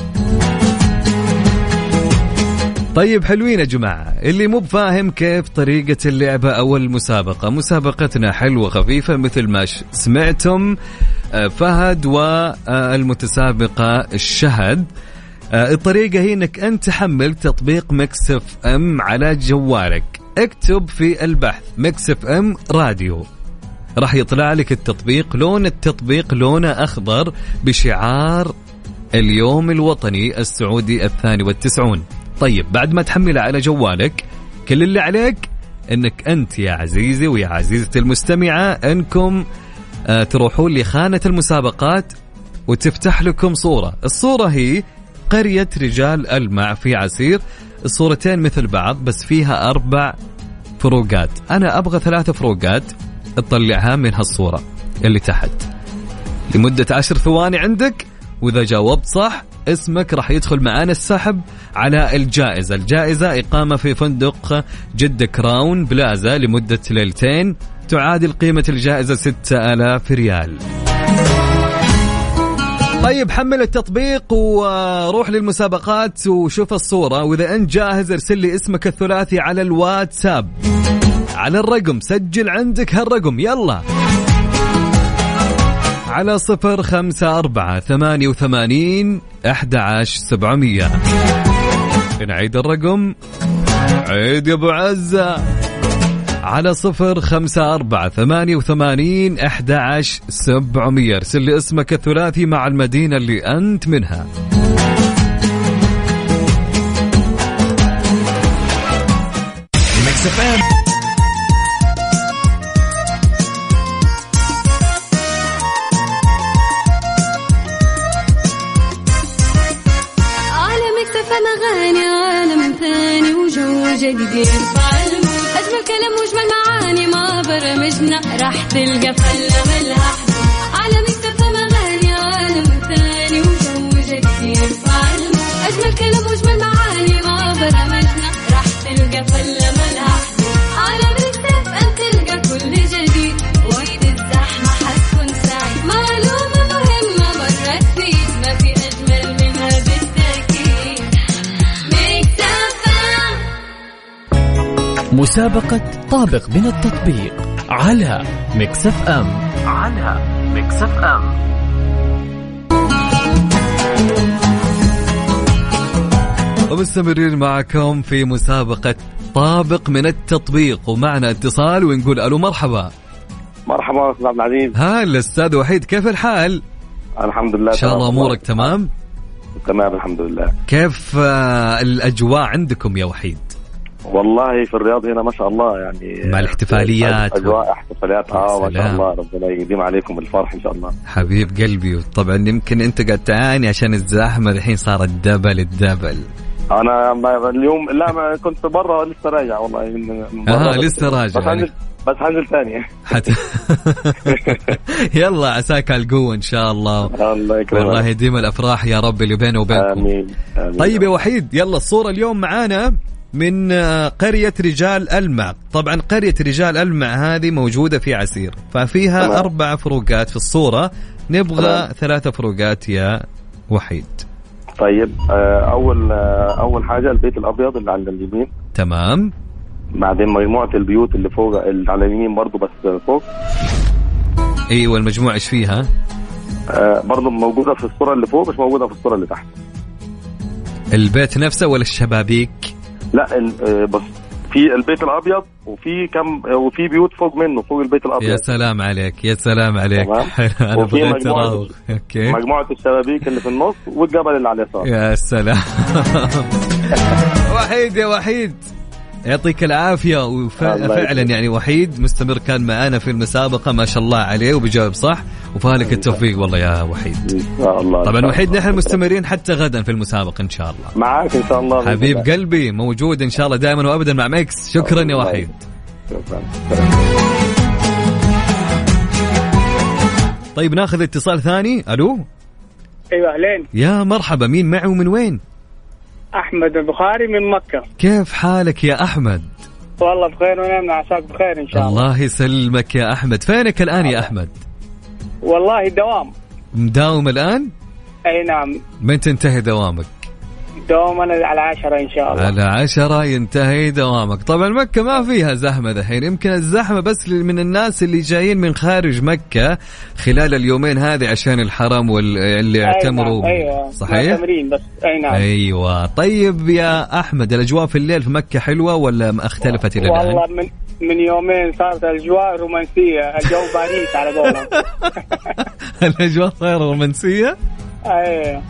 طيب حلوين يا جماعة، اللي مو بفاهم كيف طريقة اللعبة أو المسابقة، مسابقتنا حلوة خفيفة مثل ما سمعتم فهد والمتسابقة الشهد. الطريقة هي انك انت تحمل تطبيق ميكس اف ام على جوالك، اكتب في البحث ميكس اف ام راديو، راح يطلع لك التطبيق. لون التطبيق لونه أخضر بشعار اليوم الوطني السعودي الثاني والتسعون. طيب بعد ما تحمله على جوالك، كل اللي عليك انك انت يا عزيزي ويا عزيزتي المستمعة انكم آه تروحون لخانة المسابقات وتفتح لكم صورة. الصورة هي قرية رجال المع في عسير، الصورتين مثل بعض بس فيها أربع فروقات. أنا أبغى ثلاثة فروقات تطلعها من هالصورة اللي تحت لمدة عشر ثواني عندك، وإذا جاوبت صح اسمك راح يدخل معانا السحب على الجائزة. الجائزة إقامة في فندق جدة كراون بلازا لمدة ليلتين، تعادل قيمة الجائزة ستة آلاف ريال. طيب حمل التطبيق وروح للمسابقات وشوف الصورة، وإذا أنت جاهز ارسل لي اسمك الثلاثي على الواتساب على الرقم، سجل عندك هالرقم يلا، على صفر خمسة أربعة ثمانية وثمانين أحد عشر سبعمية. نعيد الرقم، عيد يا أبو عزة، على صفر خمسة أربعة ثمانية وثمانين أحد عشر سبعمية. ارسل لي اسمك الثلاثي مع المدينة اللي أنت منها. جديد أجمل كلام وجمل معاني ما برمجنا راح تلقى فلة ملها على مكتب مغاني عالم ثاني وجو جديد يرفعلم. أجمل كلام وجمل معاني ما برمجنا راح تلقى فلة ملها على مكتب أن تلقى كل جديد، وقت الزحمة حتكون سعيد. معلومة مهمة مرة تفيد، ما في أجمل منها بالتأكيد. مسابقة طابق من التطبيق على ميكس اف ام، على ميكس اف ام. ومستمرين معكم في مسابقة طابق من التطبيق، ومعنا اتصال ونقول ألو مرحبا. مرحبا أستاذ عبد العزيز. هلا أستاذ وحيد، كيف الحال؟ الحمد لله. إن شاء الله أمورك تمام؟ تمام الحمد لله. كيف الأجواء عندكم يا وحيد؟ والله في الرياض هنا ما شاء الله يعني مع الاحتفاليات أجواء احتفاليات اه ما شاء الله، ربنا يديم عليكم الفرح إن شاء الله. حبيب قلبي. طبعا يمكن أنت قاعد تعاني عشان الزحمة، الحين صار الدبل الدبل. أنا اليوم لا ما كنت برا لسه راجع والله من آه لسه راجع بس هنزل بس هنزل ثاني حتى يلا عساك على القوة إن شاء الله. الله يكرمك. والله يديم الأفراح يا رب اللي بينه وبينكم. آمين. آمين. طيب يا وحيد، يلا الصورة اليوم معانا من قرية رجال المع. طبعا قرية رجال المع هذه موجودة في عسير، ففيها تمام. أربع فروقات في الصورة، نبغى تمام. ثلاثة فروقات يا وحيد. طيب أول أول حاجة البيت الأبيض اللي على اليمين. تمام. بعدين مجموعة البيوت اللي فوق اللي على اليمين برضو بس فوق. أيوة المجموعة إيش فيها؟ آه برضو موجودة في الصورة اللي فوق، مش موجودة في الصورة اللي تحت. البيت نفسه ولا الشبابيك؟ لا بس في البيت الأبيض وفي كم وفي بيوت فوق منه فوق البيت الأبيض. يا سلام عليك يا سلام عليك. أنا بغيت أراوغ. أوكي. مجموعة الشبابيك اللي في النص والجبل اللي على اليسار. يا سلام. وحيد يا وحيد يعطيك العافية. وفعلا يعني وحيد مستمر كان معانا في المسابقة ما شاء الله عليه وبيجاوب صح، وفالك التوفيق والله يا وحيد. إن شاء الله. طبعا وحيد نحن مستمرين حتى غدا في المسابقة إن شاء الله. معاك إن شاء الله. حبيب قلبي موجود إن شاء الله دائما وأبدا مع ميكس. شكرا يا وحيد. شكرا. طيب ناخذ اتصال ثاني. ألو. ايوه اهلين. يا مرحبا، مين معي ومن وين؟ أحمد البخاري من مكة. كيف حالك يا أحمد؟ والله بخير ونعم، عساك بخير إن شاء الله. الله يسلمك يا أحمد. فينك الآن يا أحمد؟ والله دوام. مداوم الآن؟ أي نعم. من تنتهي دوامك؟ دوامنا على عشرة إن شاء الله. على عشرة ينتهي دوامك. طبعا مكة ما فيها زحمة دحين، يمكن الزحمة بس من الناس اللي جايين من خارج مكة خلال اليومين هذه عشان الحرم واللي اعتمروا. أيوة. صحيح؟ تمرين بس. أي نعم. أيوة. طيب يا أحمد، الأجواء في الليل في مكة حلوة ولا اختلفت إلى الآن؟ والله من من يومين صارت الأجواء رومانسية، الجو باريس على قولهم. الأجواء صايرة رومانسية؟ أيوة.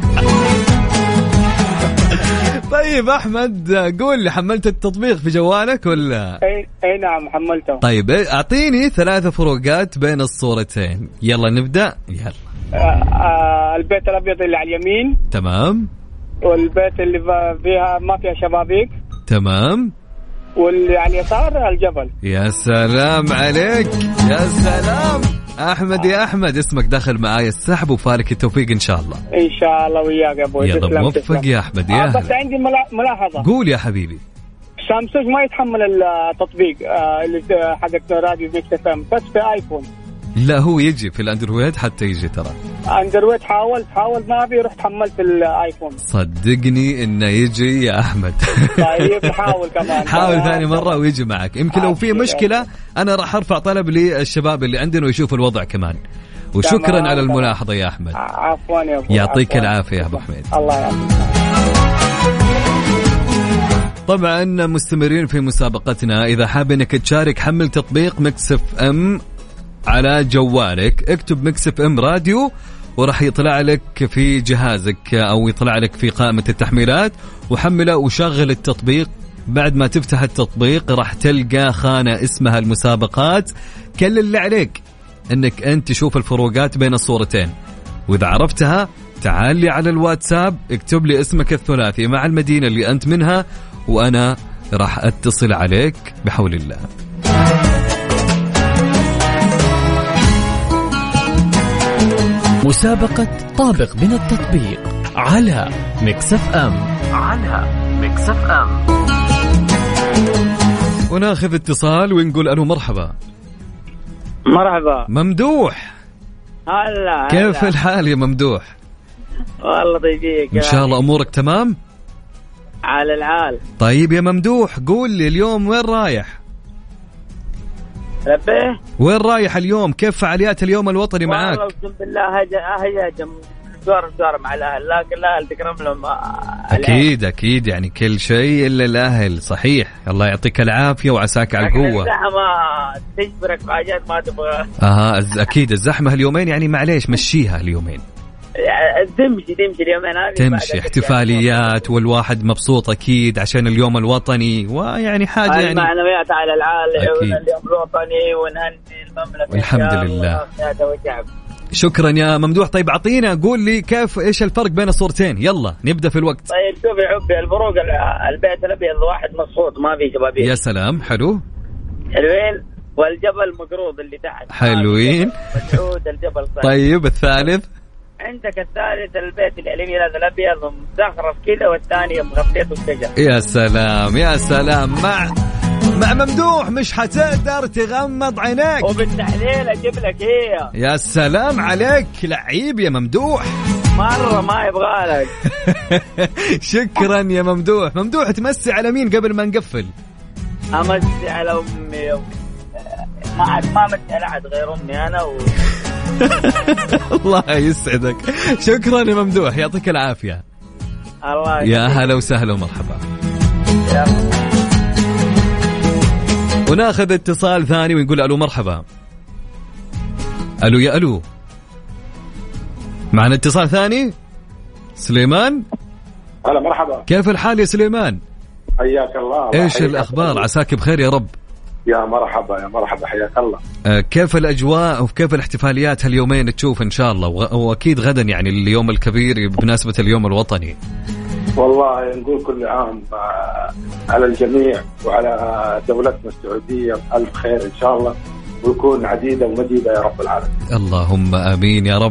طيب أحمد، قول لي، حملت التطبيق في جوالك ولا؟ أي أي نعم حملته. طيب أعطيني ثلاثة فروقات بين الصورتين. يلا نبدأ. يلا. آه آه البيت الأبيض اللي على اليمين. تمام. والبيت اللي فيها ما فيها شبابيك. تمام. واللي على اليسار الجبل. يا سلام عليك، يا سلام. أحمد يا أحمد، اسمك داخل معايا السحب وفالك التوفيق إن شاء الله. إن شاء الله وياك يا أبوي. يلا موفق يا أحمد. يا آه بس عندي ملاحظة. قول يا حبيبي. سامسونج ما يتحمل التطبيق آه اللي حق راديو ميكس اف ام، بس في آيفون. لا هو يجي في الأندرويد حتى يجي ترى. أندرويد حاولت حاولت ما في، رحت حملت الآيفون. صدقني إنه يجي يا أحمد. طيب حاول كمان. حاول ثاني مرة ويجي معك. يمكن لو في مشكلة أنا راح أرفع طلب للشباب اللي عندنا ويشوف الوضع كمان. وشكرا على الملاحظة يا أحمد. عفوا يا أبو. يعطيك العافية يا أبو حميد. الله يعافيك. طبعا مستمرين في مسابقتنا. إذا حاب أنك تشارك، حمل تطبيق ميكس اف ام على جوالك، اكتب ميكس اف ام راديو وراح يطلع لك في جهازك أو يطلع لك في قائمة التحميلات، وحمله وشغل التطبيق. بعد ما تفتح التطبيق راح تلقى خانة اسمها المسابقات. كل اللي عليك أنك أنت تشوف الفروقات بين الصورتين، وإذا عرفتها تعال لي على الواتساب، اكتب لي اسمك الثلاثي مع المدينة اللي أنت منها، وأنا راح أتصل عليك بحول الله. مسابقة طابق من التطبيق على ميكس اف ام. على ميكس اف ام. وناخذ اتصال ونقول ألو. مرحبا. مرحبا. ممدوح. هلا. كيف الحال يا ممدوح؟ والله طيبيك إن شاء الله أمورك تمام؟ على العال. طيب يا ممدوح، قول لي اليوم وين رايح؟ لبيه. وين رايح اليوم؟ كيف فعاليات اليوم الوطني معاك؟ والله أقسم بالله هجا هجا زوار زوار مع الأهل، لكن الأهل تكرم لهم. أكيد أكيد، يعني كل شيء إلا الأهل. صحيح. الله يعطيك العافية وعساك على القوة. الزحمة تجبرك حاجات ما تبغى. آه أكيد الزحمة اليومين، يعني معليش مشيها اليومين. تمشي تمشي اليومين هذه، تمشي احتفاليات والواحد مبسوط أكيد عشان اليوم الوطني، ويعني حاجة يعني المعنويات على العالم. اليوم الوطني ونهني المملكة والحمد لله. شكرا يا ممدوح. طيب أعطينا، قول لي كيف إيش الفرق بين الصورتين؟ يلا نبدأ في الوقت. طيب شوف يا حبي، الفروق البيت الأبيض واحد مصفوط ما في شبابيك. يا سلام. حلو. حلوين. والجبل مقروض اللي تحت. حلوين. مجعود الجبل صحيح. طيب الثالث؟ عندك الثالث البيت اللي على اليمين هذا الأبيض مزخرف كذا، والثاني مغطيته الشجر. يا سلام يا سلام. مع مع ممدوح مش حتقدر تغمض عينيك، وبالتحليل أجيب لك هي. يا سلام عليك، لعيب يا ممدوح مرة ما يبغالك. شكرا يا ممدوح. ممدوح تمسي على مين قبل ما نقفل؟ أمسي على أمي. ما عاد ما أمسي على أحد غير أمي أنا و... الله يسعدك. شكرا يا ممدوح، يعطيك العافية. الله يا هلا وسهلا ومرحبا. وناخذ اتصال ثاني ونقول ألو. مرحبا. ألو يا ألو. معنا اتصال ثاني. سليمان. هلا مرحبا. كيف الحال يا سليمان؟ حياك الله. ايش الأخبار؟ عساك بخير يا رب. يا مرحبا يا مرحبا، حياك الله. آه كيف الأجواء وكيف الاحتفاليات هاليومين تشوف إن شاء الله، وأكيد غدا يعني اليوم الكبير بمناسبة اليوم الوطني؟ والله نقول كل عام على الجميع وعلى دولتنا السعودية ألف خير إن شاء الله، ويكون عديدة ومديدة يا رب العالمين. اللهم آمين يا رب.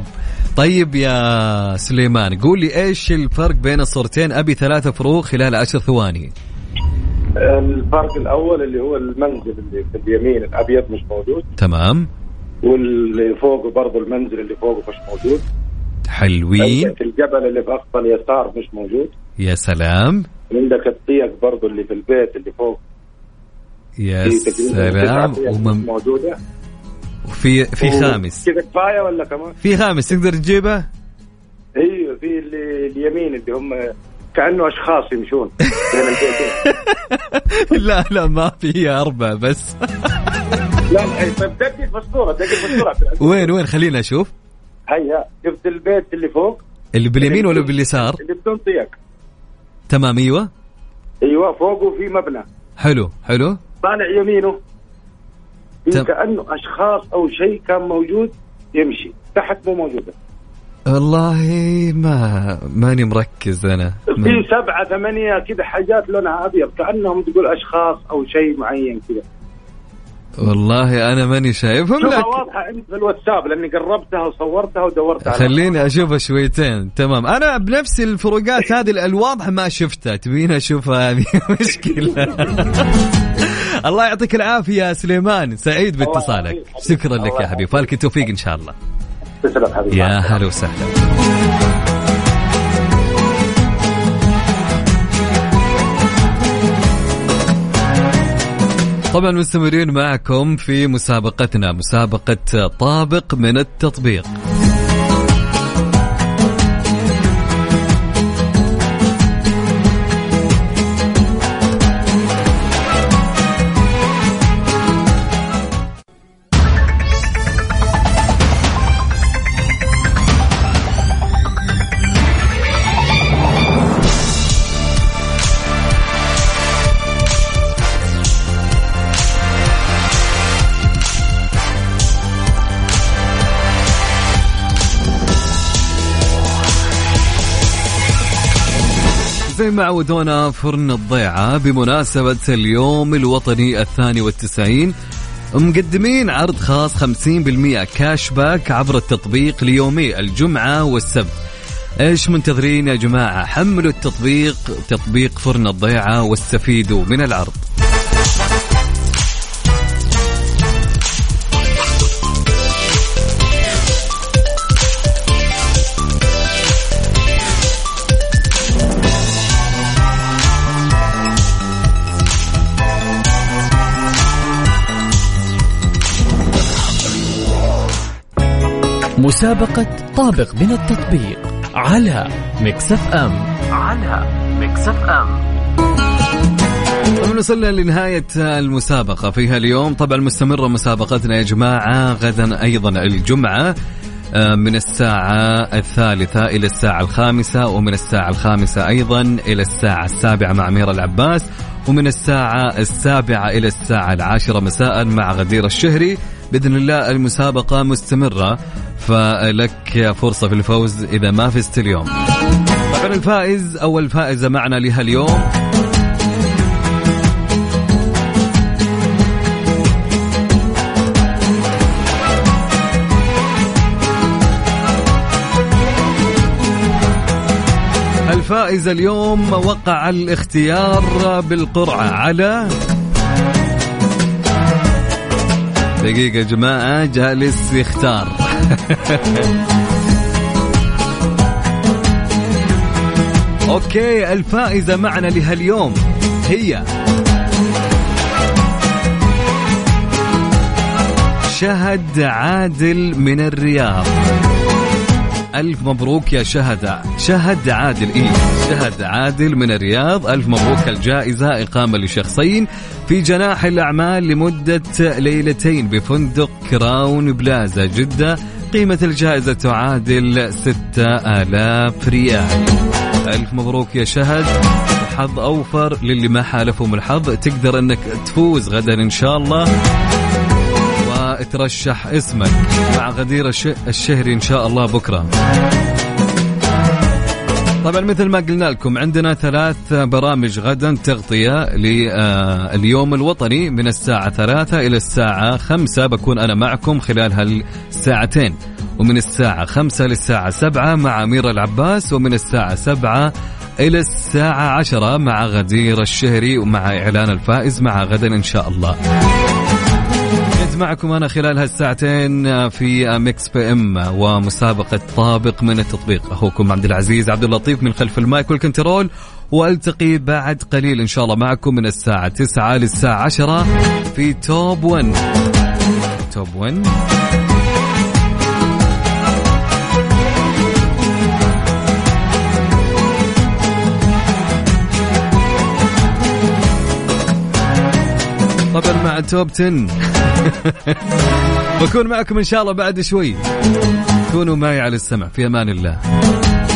طيب يا سليمان قول لي إيش الفرق بين الصورتين؟ أبي ثلاثة فروق خلال عشر ثواني. الفرق الأول اللي هو المنزل اللي في اليمين الأبيض مش موجود. تمام. واللي فوقه برضو المنزل اللي فوقه مش موجود. حلوين. الجبل اللي في أقصى اليسار مش موجود. يا سلام. عندك الطيق برضو اللي في البيت اللي فوق. يا سلام. ومم... موجودة. وفي في خامس كذا كفاية ولا كمان؟ في خامس تقدر تجيبه؟ ايوه في اللي اليمين اللي هم كأنه أشخاص يمشون بين البيتين. لا لا ما في أربعة بس. لا طيب دقق في الصورة دقق في الصورة. وين وين خلينا أشوف. هيا شفت البيت اللي فوق اللي باليمين ولا باليسار؟ اللي بدون طيق. تمام. أيوة أيوة فوقه في مبنى. حلو حلو. طالع يمينه تم... كأنه أشخاص أو شيء كان موجود يمشي تحت مو موجودة. والله ما ماني مركز أنا. في ما... سبعة ثمانية كده حاجات لونها أبيض كأنهم تقول أشخاص أو شيء معين كده. والله أنا ماني شايفهم. شوفها واضحة عندي في الواتساب لأني قربتها وصورتها ودورتها. خليني أشوفها شويتين. تمام. أنا بنفس الفروقات هذه الواضحة ما شفتها تبين أشوفها هذه مشكلة. الله يعطيك العافية سليمان سعيد باتصالك. شكرا لك يا حبيبي فالك التوفيق إن شاء الله. تسلم حبيبي. يا هلا وسهلا. طبعا مستمرين معكم في مسابقتنا مسابقة طابق من التطبيق. زي ما عودونا فرن الضيعة بمناسبة اليوم الوطني الثاني والتسعين مقدمين عرض خاص خمسين بالمئة كاش باك عبر التطبيق ليومي الجمعة والسبت. ايش منتظرين يا جماعة؟ حملوا التطبيق تطبيق فرن الضيعة واستفيدوا من العرض. مسابقة طابق من التطبيق على ميكس اف ام. على ميكس اف ام. وصلنا لنهاية المسابقة فيها اليوم. طبعا مستمرة مسابقتنا يا جماعة غدا أيضا الجمعة من الساعة الثالثة إلى الساعة الخامسة ومن الساعة الخامسة أيضا إلى الساعة السابعة مع أميرة العباس ومن الساعة السابعة إلى الساعة العاشرة مساء مع غدير الشهري. بإذن الله المسابقة مستمرة فلك فرصة في الفوز إذا ما فزت اليوم. طبعا الفائز أو الفائزة معنا لها اليوم الفائز اليوم وقع الاختيار بالقرعة على دقيقة يا جماعة جالس يختار. اوكي الفائزة معنا لها اليوم هي شهد عادل من الرياض. ألف مبروك يا شهد شهد عادل إيه شهد عادل من الرياض. ألف مبروك. الجائزة إقامة لشخصين في جناح الأعمال لمدة ليلتين بفندق كراون بلازا جدة. قيمة الجائزة تعادل ستة آلاف ريال. ألف مبروك يا شهد. وحظ أوفر للي ما حالفهم الحظ تقدر أنك تفوز غدا إن شاء الله ترشح اسمك مع غدير الشهري إن شاء الله بكرة. طبعا مثل ما قلنا لكم عندنا ثلاث برامج غدا تغطية لليوم الوطني من الساعة ثلاثة إلى الساعة خمسة بكون أنا معكم خلال هالساعتين. ومن الساعة خمسة للساعة سبعة مع أميرة العباس، ومن الساعة سبعة إلى الساعة عشرة مع غدير الشهري ومع إعلان الفائز مع غدا إن شاء الله. كنت معكم أنا خلال هالساعتين في ميكس بي ام ومسابقة طابق من التطبيق. أخوكم عبد العزيز عبد اللطيف من خلف المايك والكنترول، والتقي بعد قليل إن شاء الله معكم من الساعة تسعة للساعة عشرة في توب ون. توب ون طبعا مع توب عشرة. بكون معكم إن شاء الله بعد شوي. كونوا معي على السمع. في أمان الله.